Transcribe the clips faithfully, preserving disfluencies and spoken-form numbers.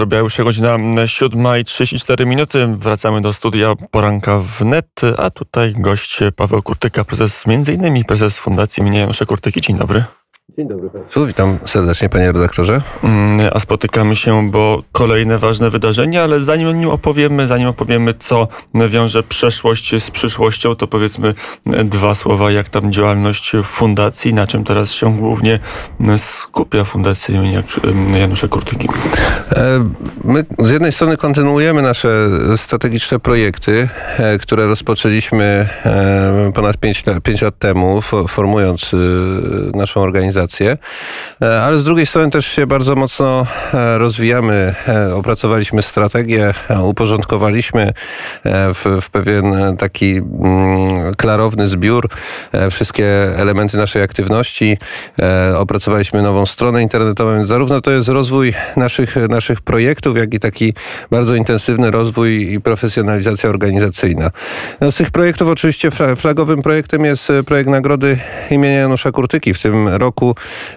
Robiła już się godzina siódma i trzydzieści cztery minuty. Wracamy do studia Poranka Wnet, a tutaj gość Paweł Kurtyka, prezes, między innymi prezes Fundacji imienia Janusza Kurtyki. Dzień dobry. Dzień dobry Państwu, witam serdecznie panie redaktorze. A spotykamy się, bo kolejne ważne wydarzenia, ale zanim o nim opowiemy, zanim opowiemy, co wiąże przeszłość z przyszłością, to powiedzmy dwa słowa, jak tam działalność fundacji, na czym teraz się głównie skupia Fundacja imienia Janusza Kurtyki. My z jednej strony kontynuujemy nasze strategiczne projekty, które rozpoczęliśmy ponad pięć lat temu, formując naszą organizację. Ale z drugiej strony też się bardzo mocno rozwijamy. Opracowaliśmy strategię, uporządkowaliśmy w, w pewien taki klarowny zbiór wszystkie elementy naszej aktywności. Opracowaliśmy nową stronę internetową, więc zarówno to jest rozwój naszych, naszych projektów, jak i taki bardzo intensywny rozwój i profesjonalizacja organizacyjna. No z tych projektów oczywiście flagowym projektem jest projekt Nagrody imienia Janusza Kurtyki. W tym roku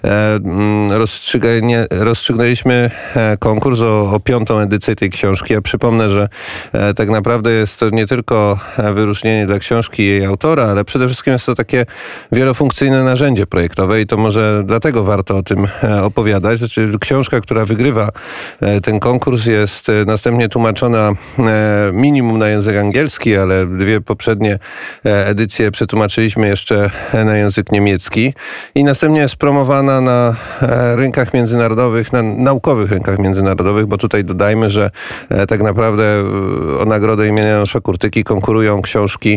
rozstrzygnęliśmy konkurs o, o piątą edycję tej książki. Ja przypomnę, że tak naprawdę jest to nie tylko wyróżnienie dla książki i jej autora, ale przede wszystkim jest to takie wielofunkcyjne narzędzie projektowe i to może dlatego warto o tym opowiadać. Znaczy, książka, która wygrywa ten konkurs, jest następnie tłumaczona minimum na język angielski, ale dwie poprzednie edycje przetłumaczyliśmy jeszcze na język niemiecki i następnie jest promowana na rynkach międzynarodowych, na naukowych rynkach międzynarodowych, bo tutaj dodajmy, że tak naprawdę o nagrodę imienia Janusza Kurtyki konkurują książki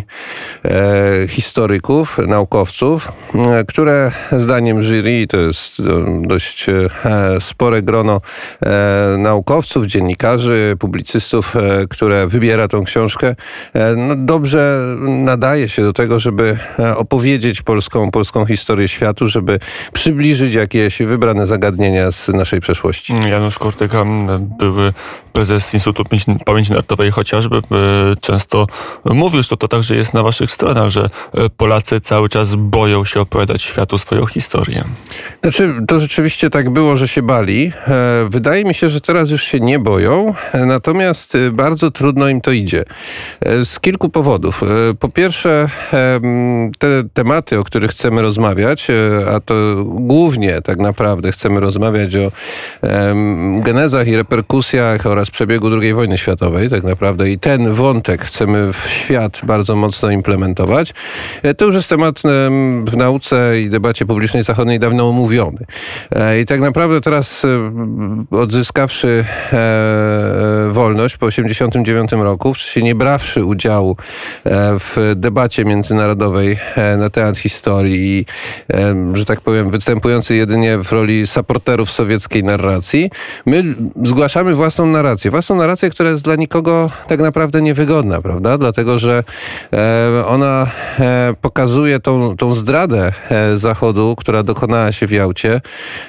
historyków, naukowców, które zdaniem jury, to jest dość spore grono naukowców, dziennikarzy, publicystów, które wybiera tą książkę, no dobrze nadaje się do tego, żeby opowiedzieć polską, polską historię światu, żeby przybliżyć jakieś wybrane zagadnienia z naszej przeszłości. Janusz Kurtyka, były prezes Instytutu Pamięci Narodowej chociażby, często mówił, że to także jest na waszych stronach, że Polacy cały czas boją się opowiadać światu swoją historię. Znaczy, to rzeczywiście tak było, że się bali. Wydaje mi się, że teraz już się nie boją, natomiast bardzo trudno im to idzie. Z kilku powodów. Po pierwsze, te tematy, o których chcemy rozmawiać, a to głównie tak naprawdę chcemy rozmawiać o genezach i reperkusjach oraz przebiegu drugiej wojny światowej, tak naprawdę i ten wątek chcemy w świat bardzo mocno implementować. To już jest temat w nauce i debacie publicznej zachodniej dawno omówiony. I tak naprawdę teraz odzyskawszy wolność po osiemdziesiątym dziewiątym roku, wcześniej nie brawszy udziału w debacie międzynarodowej na temat historii i, że tak powiem, występujący jedynie w roli supporterów sowieckiej narracji, my zgłaszamy własną narrację. Własną narrację, która jest dla nikogo tak naprawdę niewygodna, prawda? Dlatego, że ona pokazuje tą, tą zdradę Zachodu, która dokonała się w Jałcie,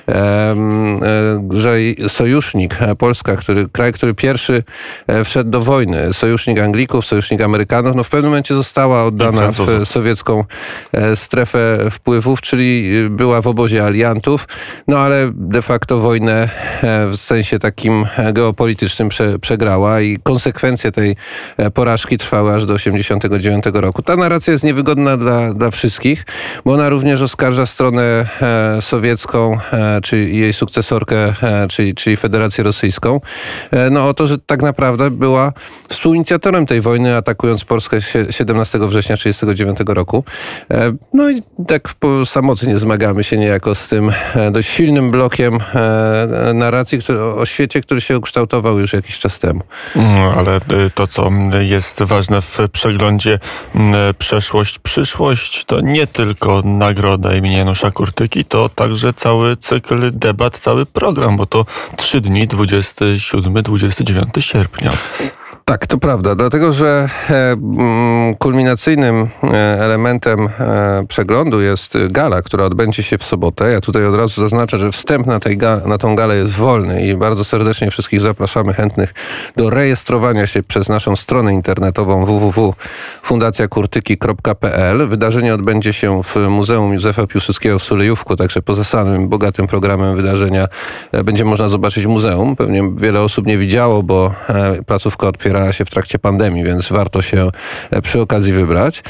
że sojusznik Polska, który, kraj, który pierwszy wszedł do wojny, sojusznik Anglików, sojusznik Amerykanów, no w pewnym momencie została oddana w sowiecką strefę wpływów, czyli była w obozie aliantów, no ale de facto wojnę w sensie takim geopolitycznym prze, przegrała i konsekwencje tej porażki trwały aż do osiemdziesiątego dziewiątego roku. Ta narracja jest niewygodna dla, dla wszystkich, bo ona również oskarża stronę sowiecką, czy jej sukcesorkę, czyli, czyli Federację Rosyjską, no o to, że tak naprawdę była współinicjatorem tej wojny, atakując Polskę siedemnastego września tysiąc dziewięćset trzydziestego dziewiątego roku. No i tak samotnie zmagamy się niejako z tym dość silnym blokiem narracji który, o świecie, który się ukształtował już jakiś czas temu. No, ale to, co jest ważne w przeglądzie przeszłość, przyszłość, to nie tylko nagroda imienia Janusza Kurtyki, to także cały cykl debat, cały program, bo to trzy dni, dwudziestego siódmego do dwudziestego dziewiątego sierpnia. Tak, to prawda, dlatego że e, kulminacyjnym elementem e, przeglądu jest gala, która odbędzie się w sobotę. Ja tutaj od razu zaznaczę, że wstęp na, tej ga- na tą galę jest wolny i bardzo serdecznie wszystkich zapraszamy chętnych do rejestrowania się przez naszą stronę internetową w w w kropka fundacja kurtyki kropka p l. Wydarzenie odbędzie się w Muzeum Józefa Piłsudskiego w Sulejówku, także poza samym bogatym programem wydarzenia e, będzie można zobaczyć muzeum. Pewnie wiele osób nie widziało, bo e, placówka otwiera się w trakcie pandemii, więc warto się przy okazji wybrać.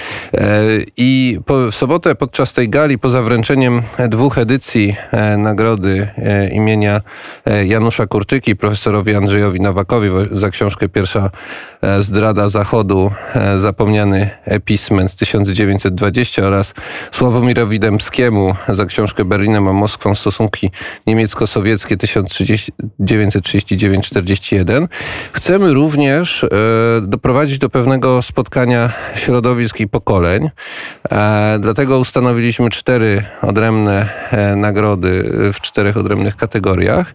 I po, w sobotę podczas tej gali, poza wręczeniem dwóch edycji nagrody imienia Janusza Kurtyki profesorowi Andrzejowi Nowakowi za książkę Pierwsza zdrada Zachodu, zapomniany episment tysiąc dziewięćset dwadzieścia oraz Sławomirowi Dębskiemu za książkę Berlinem a Moskwą stosunki niemiecko-sowieckie tysiąc dziewięćset trzydzieści dziewięć czterdzieści jeden. Chcemy również doprowadzić do pewnego spotkania środowisk i pokoleń. Dlatego ustanowiliśmy cztery odrębne nagrody w czterech odrębnych kategoriach.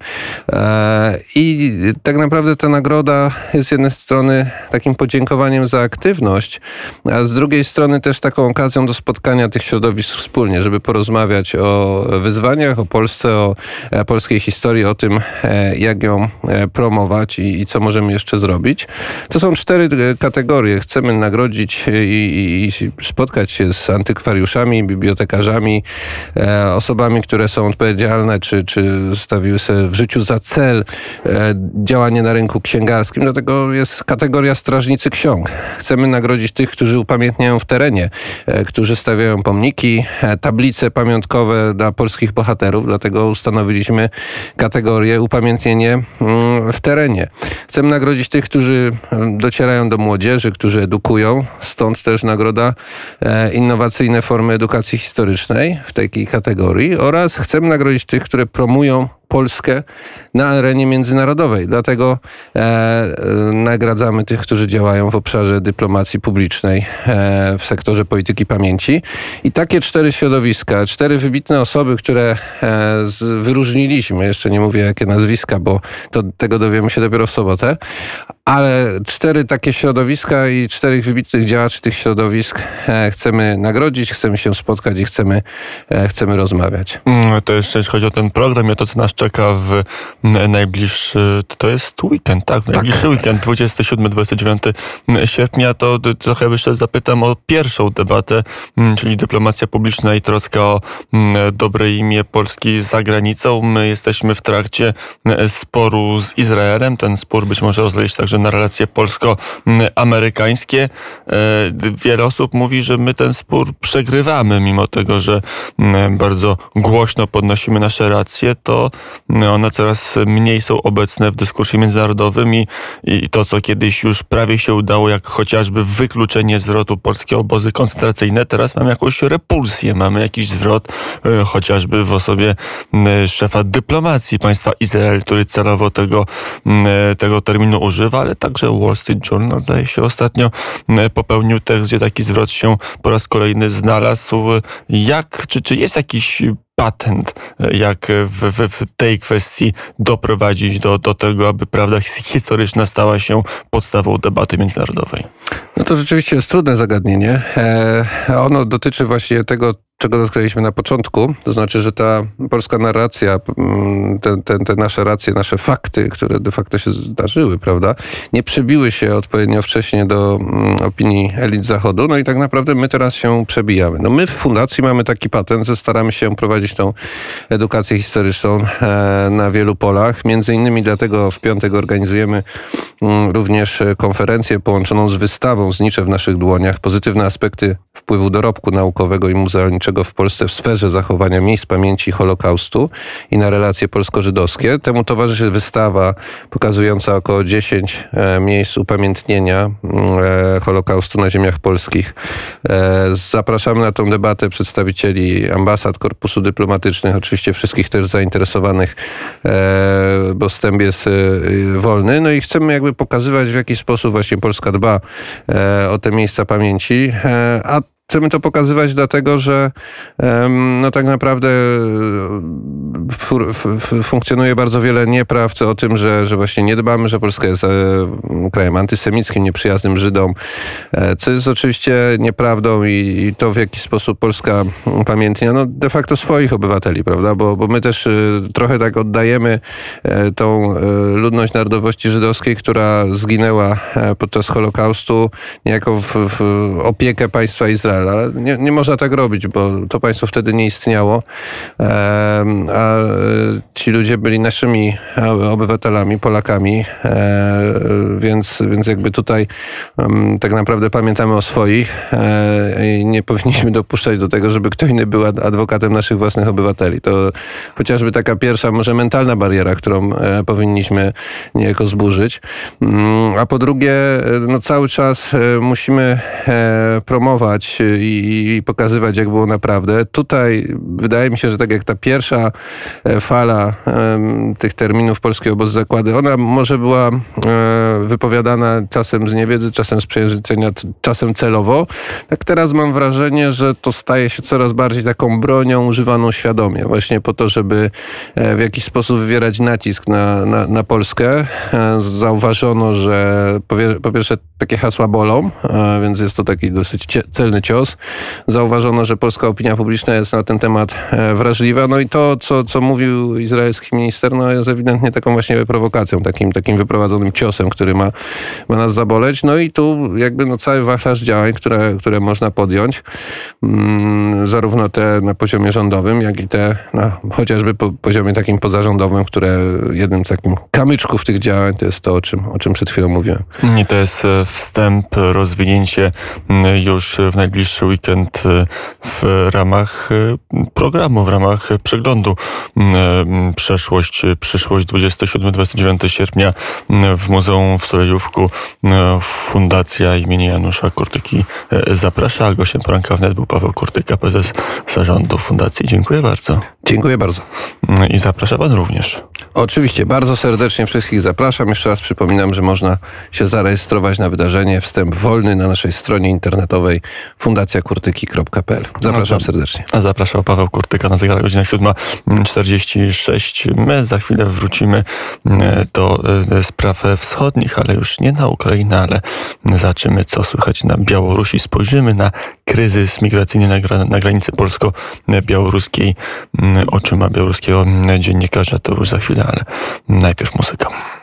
I tak naprawdę ta nagroda jest z jednej strony takim podziękowaniem za aktywność, a z drugiej strony też taką okazją do spotkania tych środowisk wspólnie, żeby porozmawiać o wyzwaniach, o Polsce, o polskiej historii, o tym, jak ją promować i, i co możemy jeszcze zrobić. To są cztery kategorie. Chcemy nagrodzić i, i, i spotkać się z antykwariuszami, bibliotekarzami, e, osobami, które są odpowiedzialne, czy, czy stawiły sobie w życiu za cel e, działanie na rynku księgarskim. Dlatego jest kategoria strażnicy ksiąg. Chcemy nagrodzić tych, którzy upamiętniają w terenie, e, którzy stawiają pomniki, e, tablice pamiątkowe dla polskich bohaterów. Dlatego ustanowiliśmy kategorię upamiętnienie mm, w terenie. Chcemy nagrodzić tych, którzy docierają do młodzieży, którzy edukują. Stąd też nagroda e, innowacyjne formy edukacji historycznej w takiej kategorii oraz chcemy nagrodzić tych, które promują Polskę na arenie międzynarodowej. Dlatego e, e, nagradzamy tych, którzy działają w obszarze dyplomacji publicznej, e, w sektorze polityki pamięci. I takie cztery środowiska, cztery wybitne osoby, które e, z, wyróżniliśmy, jeszcze nie mówię jakie nazwiska, bo to, tego dowiemy się dopiero w sobotę, ale cztery takie środowiska i czterech wybitnych działaczy tych środowisk e, chcemy nagrodzić, chcemy się spotkać i chcemy, e, chcemy rozmawiać. To jeszcze jeśli chodzi o ten program i to, co nas czeka w najbliższy, to jest weekend, tak? W najbliższy tak. weekend, dwudziestego siódmego do dwudziestego dziewiątego sierpnia, to trochę jeszcze zapytam o pierwszą debatę, czyli dyplomacja publiczna i troska o dobre imię Polski za granicą. My jesteśmy w trakcie sporu z Izraelem. Ten spór być może rozleje się także na relacje polsko-amerykańskie. Wiele osób mówi, że my ten spór przegrywamy, mimo tego, że bardzo głośno podnosimy nasze racje, to one coraz mniej są obecne w dyskursie międzynarodowym i, i to, co kiedyś już prawie się udało, jak chociażby wykluczenie zwrotu polskie obozy koncentracyjne, teraz mamy jakąś repulsję, mamy jakiś zwrot, chociażby w osobie szefa dyplomacji państwa Izrael, który celowo tego, tego terminu używa, ale także Wall Street Journal, zdaje się, ostatnio popełnił tekst, gdzie taki zwrot się po raz kolejny znalazł. Jak, czy, czy jest jakiś patent, jak w, w, w tej kwestii doprowadzić do, do tego, aby prawda historyczna stała się podstawą debaty międzynarodowej? No to rzeczywiście jest trudne zagadnienie. E, ono dotyczy właśnie tego, czego dotknęliśmy na początku, to znaczy, że ta polska narracja, te, te, te nasze racje, nasze fakty, które de facto się zdarzyły, prawda, nie przebiły się odpowiednio wcześnie do mm, opinii elit Zachodu, no i tak naprawdę my teraz się przebijamy. No my w fundacji mamy taki patent, że staramy się prowadzić tą edukację historyczną e, na wielu polach, między innymi dlatego w piątek organizujemy mm, również konferencję połączoną z wystawą Znicze w naszych dłoniach, pozytywne aspekty wpływu dorobku naukowego i muzealniczego w Polsce w sferze zachowania miejsc pamięci Holokaustu i na relacje polsko-żydowskie. Temu towarzyszy wystawa pokazująca około dziesięć e, miejsc upamiętnienia e, Holokaustu na ziemiach polskich. E, zapraszamy na tę debatę przedstawicieli ambasad, korpusu dyplomatycznych, oczywiście wszystkich też zainteresowanych, e, bo wstęp jest e, wolny. No i chcemy jakby pokazywać, w jaki sposób właśnie Polska dba e, o te miejsca pamięci, e, a Chcemy to pokazywać dlatego, że no tak naprawdę fur, f, f, funkcjonuje bardzo wiele nieprawd o tym, że, że właśnie nie dbamy, że Polska jest e, krajem antysemickim, nieprzyjaznym Żydom, e, co jest oczywiście nieprawdą i, i to w jaki sposób Polska pamiętnia, no de facto swoich obywateli, prawda, bo, bo my też e, trochę tak oddajemy e, tą e, ludność narodowości żydowskiej, która zginęła e, podczas Holokaustu, niejako w, w opiekę państwa Izraela. Ale nie, nie można tak robić, bo to państwo wtedy nie istniało, e, a ci ludzie byli naszymi obywatelami, Polakami, e, więc, więc jakby tutaj um, tak naprawdę pamiętamy o swoich e, i nie powinniśmy dopuszczać do tego, żeby kto inny był adwokatem naszych własnych obywateli. To chociażby taka pierwsza, może mentalna bariera, którą e, powinniśmy niejako zburzyć. Mm, a po drugie, no cały czas e, musimy e, promować i, i pokazywać, jak było naprawdę. Tutaj wydaje mi się, że tak jak ta pierwsza fala e, tych terminów Polski Obóz Zagłady, ona może była e, wypowiadana czasem z niewiedzy, czasem z przejęzyczenia, czasem celowo. Tak teraz mam wrażenie, że to staje się coraz bardziej taką bronią używaną świadomie, właśnie po to, żeby e, w jakiś sposób wywierać nacisk na, na, na Polskę. E, zauważono, że po, po pierwsze takie hasła bolą, e, więc jest to taki dosyć cie, celny cios. Zauważono, że polska opinia publiczna jest na ten temat e, wrażliwa. No i to, co, co mówił izraelski minister, no jest ewidentnie taką właśnie prowokacją, takim, takim wyprowadzonym ciosem, który ma, ma nas zaboleć. No i tu jakby no cały wachlarz działań, które, które można podjąć, mm, zarówno te na poziomie rządowym, jak i te na chociażby po poziomie takim pozarządowym, które jednym z takich kamyczków tych działań to jest to, o czym, o czym przed chwilą mówiłem. I to jest wstęp, rozwinięcie już w najbliższy weekend w ramach programu, w ramach przeglądu Przeszłość, przyszłość dwudziestego siódmego do dwudziestego dziewiątego sierpnia w Muzeum w Solejówku. Fundacja imienia Janusza Kurtyki zaprasza. A gościem poranka wnet był Paweł Kurtyka, prezes zarządu fundacji. Dziękuję bardzo. Dziękuję bardzo. I zaprasza pan również. Oczywiście, bardzo serdecznie wszystkich zapraszam. Jeszcze raz przypominam, że można się zarejestrować na wydarzenie. Wstęp wolny na naszej stronie internetowej fundacja kurtyki kropka p l. Zapraszam no serdecznie. A zapraszał Paweł Kurtyka, na zegarach godzina siódma czterdzieści sześć. My za chwilę wrócimy do spraw wschodnich, ale już nie na Ukrainę, ale zobaczymy, co słychać na Białorusi. Spojrzymy na kryzys migracyjny na, gra, na granicy polsko-białoruskiej oczyma białoruskiego dziennikarza. To już za chwilę, ale najpierw muzyka.